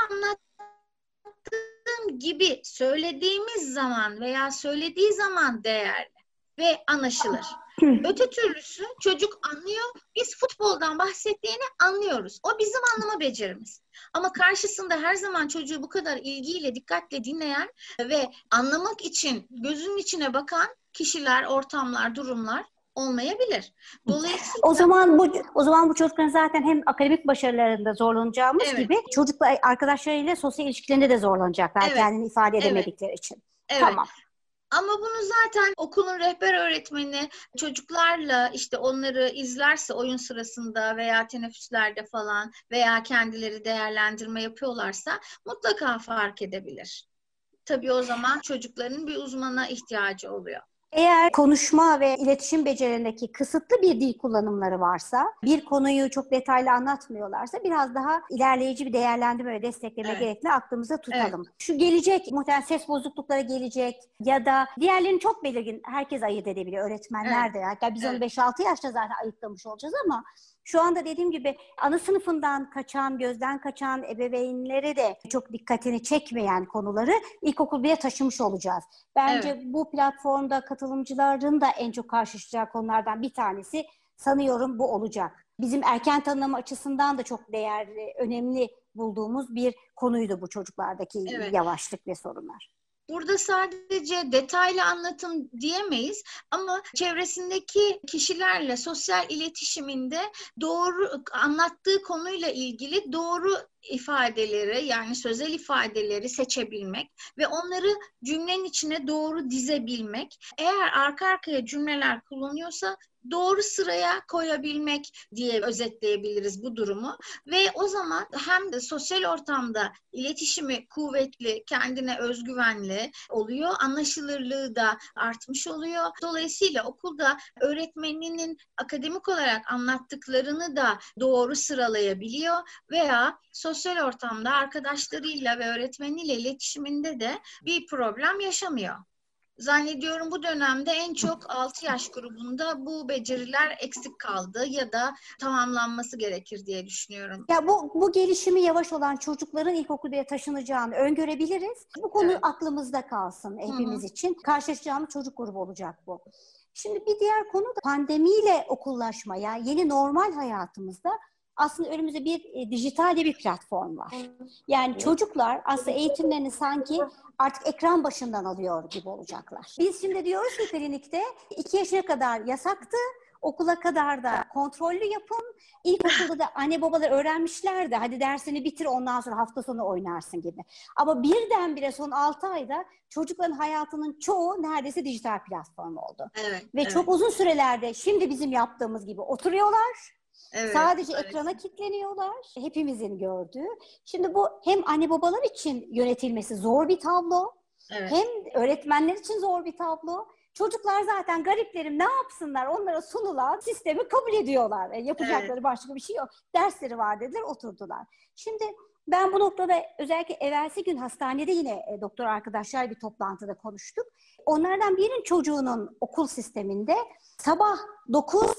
gibi söylediğimiz zaman veya söylediği zaman değerli ve anlaşılır. Öte türlüsü çocuk anlıyor, biz futboldan bahsettiğini anlıyoruz. O bizim anlama becerimiz. Ama karşısında her zaman çocuğu bu kadar ilgiyle, dikkatle dinleyen ve anlamak için gözünün içine bakan kişiler, ortamlar, durumlar olmayabilir. Dolayısıyla o zaman bu çocukların zaten hem akademik başarılarında zorlanacağımız gibi çocukla arkadaşlarıyla sosyal ilişkilerinde de zorlanacaklar kendini ifade edemedikleri için. Evet. Tamam. Ama bunu zaten okulun rehber öğretmeni çocuklarla işte onları izlerse oyun sırasında veya teneffüslerde falan veya kendileri değerlendirme yapıyorlarsa mutlaka fark edebilir. Tabii o zaman çocukların bir uzmana ihtiyacı oluyor. Eğer konuşma ve iletişim becerilerindeki kısıtlı bir dil kullanımları varsa, bir konuyu çok detaylı anlatmıyorlarsa biraz daha ilerleyici bir değerlendirme ve destekleme gerekli aklımıza tutalım. Şu gelecek, muhtemelen ses bozuklukları gelecek ya da diğerlerini çok belirgin herkes ayırt edebiliyor. Öğretmenler de. Hatta biz onu 5-6 yaşta zaten ayıklamış olacağız ama şu anda dediğim gibi ana sınıfından kaçan, gözden kaçan ebeveynlere de çok dikkatini çekmeyen konuları ilkokul 1'e taşımış olacağız. Bence bu platformda katılımcıların da en çok karşılaşacağı konulardan bir tanesi sanıyorum bu olacak. Bizim erken tanımlama açısından da çok değerli, önemli bulduğumuz bir konuydu bu çocuklardaki yavaşlık ve sorunlar. Burada sadece detaylı anlatım diyemeyiz ama çevresindeki kişilerle sosyal iletişiminde doğru anlattığı konuyla ilgili doğru ifadeleri, yani sözel ifadeleri seçebilmek ve onları cümlenin içine doğru dizebilmek. Eğer arka arkaya cümleler kullanıyorsa doğru sıraya koyabilmek diye özetleyebiliriz bu durumu. Ve o zaman hem de sosyal ortamda iletişimi kuvvetli, kendine özgüvenli oluyor, anlaşılırlığı da artmış oluyor. Dolayısıyla okulda öğretmeninin akademik olarak anlattıklarını da doğru sıralayabiliyor veya sosyal ortamda arkadaşlarıyla ve öğretmeniyle iletişiminde de bir problem yaşamıyor. Zannediyorum bu dönemde en çok 6 yaş grubunda bu beceriler eksik kaldı ya da tamamlanması gerekir diye düşünüyorum. Ya bu gelişimi yavaş olan çocukların ilkokulda taşınacağını öngörebiliriz. Bu konu aklımızda kalsın hepimiz için. Karşılaşacağımız çocuk grubu olacak bu. Şimdi bir diğer konu da pandemiyle okullaşma, yani yeni normal hayatımızda aslında önümüzde bir dijital bir platform var. Yani çocuklar aslında eğitimlerini sanki artık ekran başından alıyor gibi olacaklar. Biz şimdi diyoruz ki klinikte 2 yaşına kadar yasaktı, Okula kadar da kontrollü yapın. İlkokulda da anne babalar öğrenmişler de hadi dersini bitir ondan sonra hafta sonu oynarsın gibi. Ama birdenbire son 6 ayda çocukların hayatının çoğu neredeyse dijital platform oldu. Evet, Ve çok uzun sürelerde şimdi bizim yaptığımız gibi oturuyorlar. Evet, Sadece evet. ekrana kilitleniyorlar. Hepimizin gördüğü. Şimdi bu hem anne babalar için yönetilmesi zor bir tablo. Evet. Hem öğretmenler için zor bir tablo. Çocuklar zaten gariplerim ne yapsınlar? Onlara sunulan sistemi kabul ediyorlar. Yapacakları başka bir şey yok. Dersleri var dediler, oturdular. Şimdi ben bu noktada özellikle evvelsi gün hastanede yine doktor arkadaşlar bir toplantıda konuştuk. Onlardan birinin çocuğunun okul sisteminde sabah 9,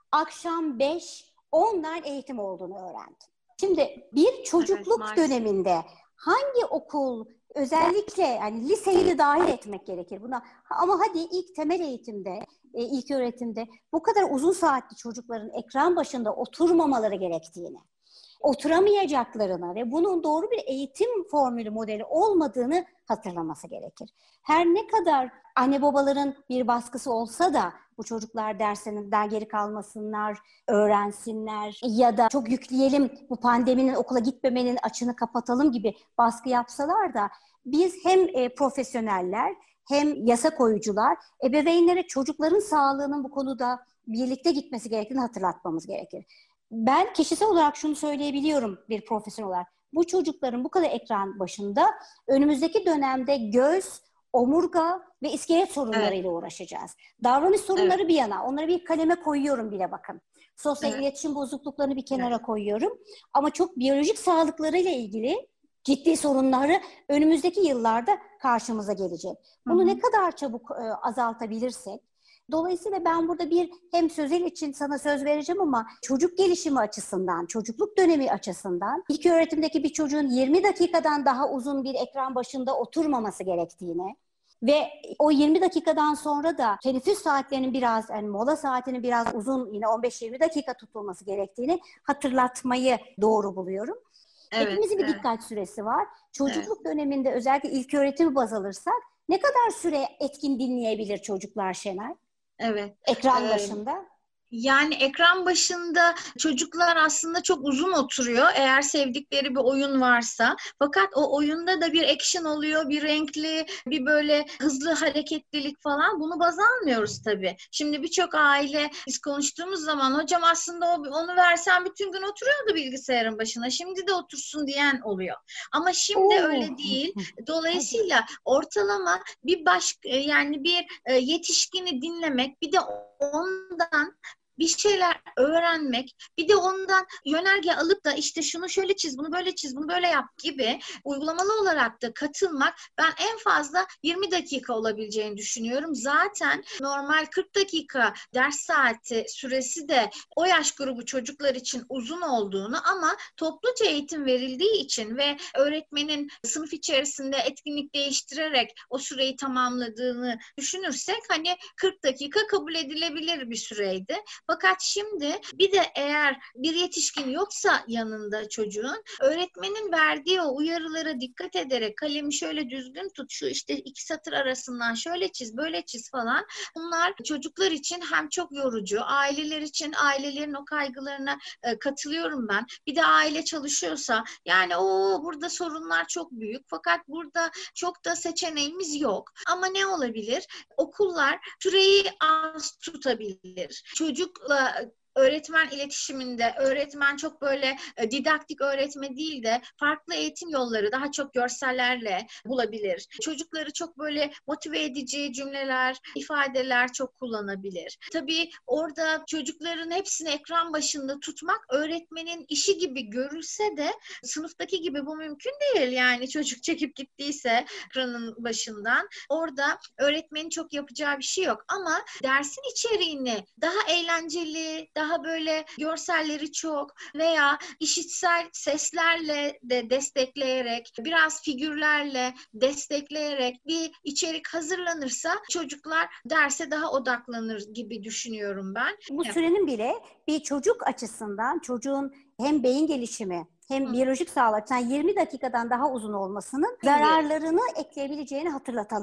akşam 5 online eğitim olduğunu öğrendim. Şimdi bir çocukluk döneminde hangi okul özellikle yani liseyi de dahil etmek gerekir buna. Ama hadi ilk temel eğitimde, ilk öğretimde bu kadar uzun saatli çocukların ekran başında oturmamaları gerektiğini, oturamayacaklarına ve bunun doğru bir eğitim formülü modeli olmadığını hatırlaması gerekir. Her ne kadar anne babaların bir baskısı olsa da bu çocuklar derslerinden geri kalmasınlar, öğrensinler ya da çok yükleyelim bu pandeminin okula gitmemenin açığını kapatalım gibi baskı yapsalar da biz hem profesyoneller hem yasa koyucular ebeveynlere çocukların sağlığının bu konuda birlikte gitmesi gerektiğini hatırlatmamız gerekir. Ben kişisel olarak şunu söyleyebiliyorum bir profesyonel olarak. Bu çocukların bu kadar ekran başında önümüzdeki dönemde göz, omurga ve iskelet sorunlarıyla uğraşacağız. Davranış sorunları bir yana. Onları bir kaleme koyuyorum bile bakın. Sosyal iletişim bozukluklarını bir kenara koyuyorum. Ama çok biyolojik sağlıklarıyla ilgili ciddi sorunları önümüzdeki yıllarda karşımıza gelecek. Bunu ne kadar çabuk azaltabilirsek. Dolayısıyla ben burada bir hem sözel için sana söz vereceğim ama çocuk gelişimi açısından, çocukluk dönemi açısından ilk öğretimdeki bir çocuğun 20 dakikadan daha uzun bir ekran başında oturmaması gerektiğini ve o 20 dakikadan sonra da teneffüs saatlerinin biraz, yani mola saatinin biraz uzun yine 15-20 dakika tutulması gerektiğini hatırlatmayı doğru buluyorum. Hepimizin bir dikkat süresi var. Çocukluk döneminde özellikle ilköğretimi baz alırsak ne kadar süre etkin dinleyebilir çocuklar Şenay? Ekran başında. Yani ekran başında çocuklar aslında çok uzun oturuyor eğer sevdikleri bir oyun varsa. Fakat o oyunda da bir action oluyor, bir renkli, bir böyle hızlı hareketlilik falan. Bunu baz almıyoruz tabii. Şimdi birçok aile biz konuştuğumuz zaman hocam aslında onu versen bütün gün oturuyordu bilgisayarın başına. Şimdi de otursun diyen oluyor. Ama şimdi öyle değil. Dolayısıyla ortalama yani bir yetişkini dinlemek, bir de ondan bir şeyler öğrenmek, bir de ondan yönerge alıp da işte şunu şöyle çiz, bunu böyle çiz, bunu böyle yap gibi uygulamalı olarak da katılmak ben en fazla 20 dakika olabileceğini düşünüyorum. Zaten normal 40 dakika ders saati süresi de o yaş grubu çocuklar için uzun olduğunu ama topluca eğitim verildiği için ve öğretmenin sınıf içerisinde etkinlik değiştirerek o süreyi tamamladığını düşünürsek hani 40 dakika kabul edilebilir bir süreydi. Fakat şimdi bir de eğer bir yetişkin yoksa yanında çocuğun öğretmenin verdiği o uyarılara dikkat ederek kalemi şöyle düzgün tut, şu işte 2 satır arasından şöyle çiz, böyle çiz falan. Bunlar çocuklar için hem çok yorucu, aileler için ailelerin o kaygılarına katılıyorum ben. Bir de aile çalışıyorsa yani burada sorunlar çok büyük fakat burada çok da seçeneğimiz yok. Ama ne olabilir? Okullar süreyi az tutabilir. Çocukla öğretmen iletişiminde öğretmen çok böyle didaktik öğretme değil de farklı eğitim yolları daha çok görsellerle bulabilir. Çocukları çok böyle motive edici cümleler, ifadeler çok kullanabilir. Tabii orada çocukların hepsini ekran başında tutmak öğretmenin işi gibi görülse de sınıftaki gibi bu mümkün değil. Yani çocuk çekip gittiyse ekranın başından orada öğretmenin çok yapacağı bir şey yok. Ama dersin içeriğini daha eğlenceli, daha böyle görselleri çok veya işitsel seslerle de destekleyerek, biraz figürlerle destekleyerek bir içerik hazırlanırsa çocuklar derse daha odaklanır gibi düşünüyorum ben. Bu sürenin bile bir çocuk açısından çocuğun hem beyin gelişimi hem biyolojik sağlık açısından 20 dakikadan daha uzun olmasının zararlarını ekleyebileceğini hatırlatalım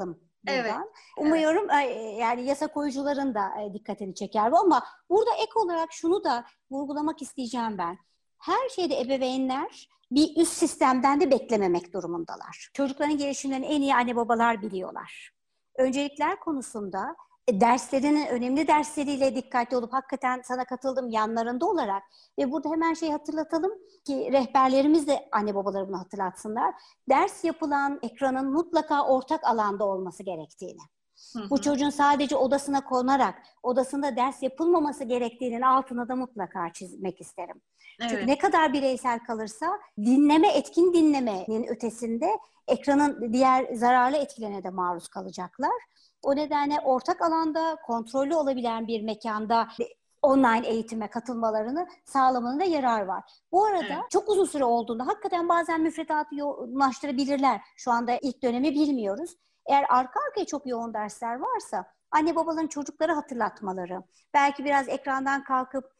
buradan. Evet. Umuyorum yani yasa koyucuların da dikkatini çeker bu, ama burada ek olarak şunu da vurgulamak isteyeceğim ben. Her şeyde ebeveynler bir üst sistemden de beklememek durumundalar. Çocukların gelişimlerini en iyi anne babalar biliyorlar. Öncelikler konusunda derslerinin, önemli dersleriyle dikkatli olup hakikaten sana katıldım yanlarında olarak ve burada hemen hatırlatalım ki rehberlerimiz de anne babaları bunu hatırlatsınlar. Ders yapılan ekranın mutlaka ortak alanda olması gerektiğini. Bu çocuğun sadece odasına konarak odasında ders yapılmaması gerektiğinin altına da mutlaka çizmek isterim. Evet. Çünkü ne kadar bireysel kalırsa etkin dinlemenin ötesinde ekranın diğer zararlı etkilerine de maruz kalacaklar. O nedenle ortak alanda, kontrollü olabilen bir mekanda online eğitime katılmalarını sağlamanın yarar var. Bu arada çok uzun süre olduğunda hakikaten bazen müfredatı yoğunlaştırabilirler. Şu anda ilk dönemi bilmiyoruz. Eğer arka arkaya çok yoğun dersler varsa anne babaların çocukları hatırlatmaları, belki biraz ekrandan kalkıp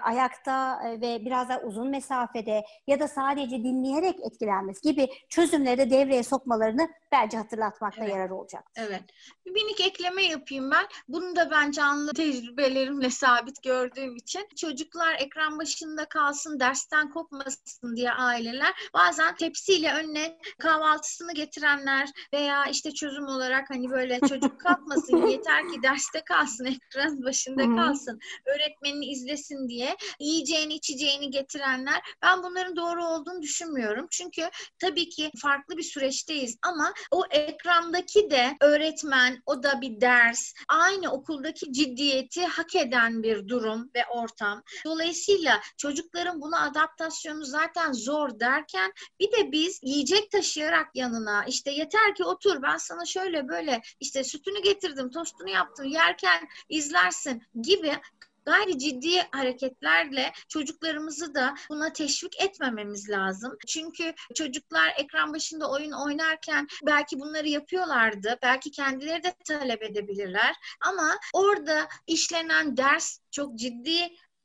ayakta ve biraz daha uzun mesafede ya da sadece dinleyerek etkilenmesi gibi çözümleri de devreye sokmalarını bence hatırlatmakta yarar olacak. Evet. Bir minik ekleme yapayım ben. Bunu da ben canlı tecrübelerimle sabit gördüğüm için çocuklar ekran başında kalsın, dersten kopmasın diye aileler bazen tepsiyle önüne kahvaltısını getirenler veya işte çözüm olarak hani böyle çocuk kalkmasın yeter ki derste kalsın, ekran başında kalsın, öğretmenini izlesin diye yiyeceğini içeceğini getirenler, ben bunların doğru olduğunu düşünmüyorum. Çünkü tabii ki farklı bir süreçteyiz ama o ekrandaki de öğretmen, o da bir ders, aynı okuldaki ciddiyeti hak eden bir durum ve ortam. Dolayısıyla çocukların buna adaptasyonu zaten zor derken bir de biz yiyecek taşıyarak yanına işte yeter ki otur, ben sana şöyle böyle işte sütünü getirdim, tostunu yaptım, yerken izlersin gibi gayri ciddi hareketlerle çocuklarımızı da buna teşvik etmememiz lazım. Çünkü çocuklar ekran başında oyun oynarken belki bunları yapıyorlardı. Belki kendileri de talep edebilirler. Ama orada işlenen ders çok ciddi,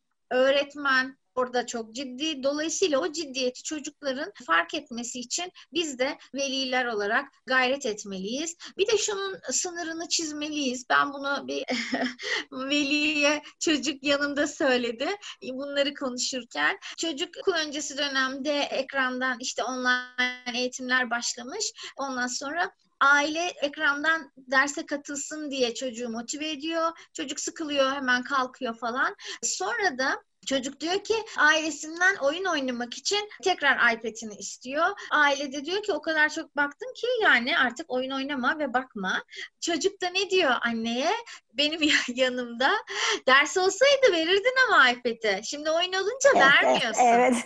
öğretmen orada çok ciddi. Dolayısıyla o ciddiyeti çocukların fark etmesi için biz de veliler olarak gayret etmeliyiz. Bir de şunun sınırını çizmeliyiz. Ben bunu bir veliye çocuk yanımda söyledi. Bunları konuşurken çocuk okul öncesi dönemde ekrandan işte online eğitimler başlamış. Ondan sonra aile ekrandan derse katılsın diye çocuğu motive ediyor. Çocuk sıkılıyor, hemen kalkıyor falan. Sonra da çocuk diyor ki ailesinden oyun oynamak için tekrar iPad'ini istiyor. Aile de diyor ki o kadar çok baktın ki yani artık oyun oynama ve bakma. Çocuk da ne diyor anneye? Benim yanımda ders olsaydı verirdin ama iPad'i. Şimdi oyun olunca vermiyorsun. Evet.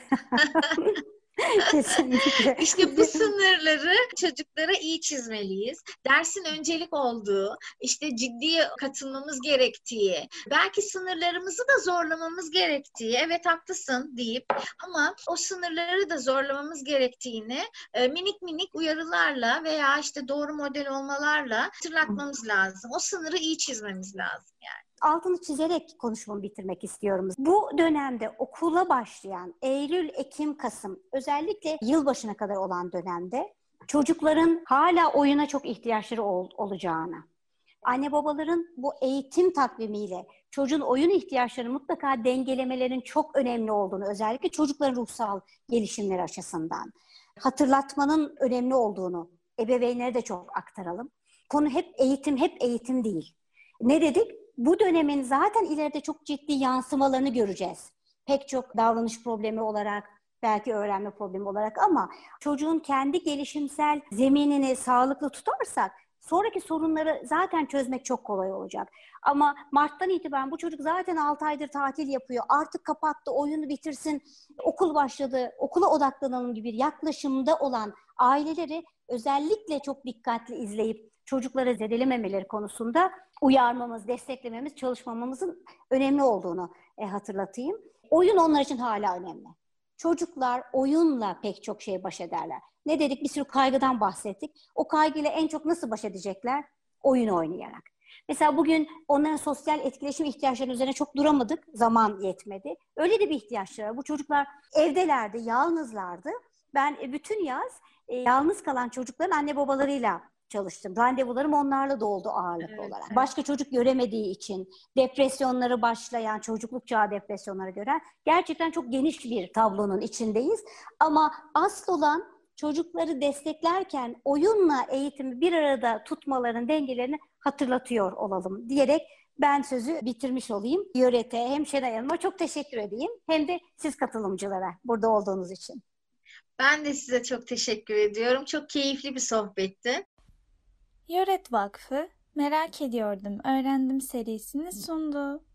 Kesinlikle. İşte bu sınırları çocuklara iyi çizmeliyiz. Dersin öncelik olduğu, işte ciddi katılmamız gerektiği, belki sınırlarımızı da zorlamamız gerektiği, evet haklısın deyip ama o sınırları da zorlamamız gerektiğini minik minik uyarılarla veya işte doğru model olmalarla hatırlatmamız lazım. O sınırı iyi çizmemiz lazım yani. Altını çizerek konuşmamı bitirmek istiyorum. Bu dönemde okula başlayan Eylül, Ekim, Kasım, özellikle yılbaşına kadar olan dönemde çocukların hala oyuna çok ihtiyaçları olacağını, anne babaların bu eğitim takvimiyle çocuğun oyun ihtiyaçlarını mutlaka dengelemelerin çok önemli olduğunu, özellikle çocukların ruhsal gelişimleri açısından hatırlatmanın önemli olduğunu ebeveynlere de çok aktaralım. Konu hep eğitim değil. Ne dedik? Bu dönemin zaten ileride çok ciddi yansımalarını göreceğiz. Pek çok davranış problemi olarak, belki öğrenme problemi olarak, ama çocuğun kendi gelişimsel zeminini sağlıklı tutarsak sonraki sorunları zaten çözmek çok kolay olacak. Ama Mart'tan itibaren bu çocuk zaten 6 aydır tatil yapıyor. Artık kapattı, oyunu bitirsin, okul başladı, okula odaklanalım gibi bir yaklaşımda olan aileleri özellikle çok dikkatli izleyip çocuklara zedelememeleri konusunda uyarmamız, desteklememiz, çalışmamızın önemli olduğunu hatırlatayım. Oyun onlar için hala önemli. Çocuklar oyunla pek çok şey baş ederler. Ne dedik? Bir sürü kaygıdan bahsettik. O kaygıyla en çok nasıl baş edecekler? Oyun oynayarak. Mesela bugün onların sosyal etkileşim ihtiyaçlarının üzerine çok duramadık. Zaman yetmedi. Öyle de bir ihtiyaçları var. Bu çocuklar evdelerdi, yalnızlardı. Ben bütün yaz yalnız kalan çocukların anne babalarıyla çalıştım. Randevularım onlarla doldu ağırlıklı olarak. Evet. Başka çocuk göremediği için depresyonları başlayan, çocukluk çağı depresyonları gören gerçekten çok geniş bir tablonun içindeyiz. Ama asıl olan çocukları desteklerken oyunla eğitimi bir arada tutmaların dengelerini hatırlatıyor olalım diyerek ben sözü bitirmiş olayım. YÖRET'e hem Şenay Hanım'a çok teşekkür edeyim. Hem de siz katılımcılara burada olduğunuz için. Ben de size çok teşekkür ediyorum. Çok keyifli bir sohbetti. YÖRET Vakfı Merak Ediyordum, Öğrendim serisini sundu.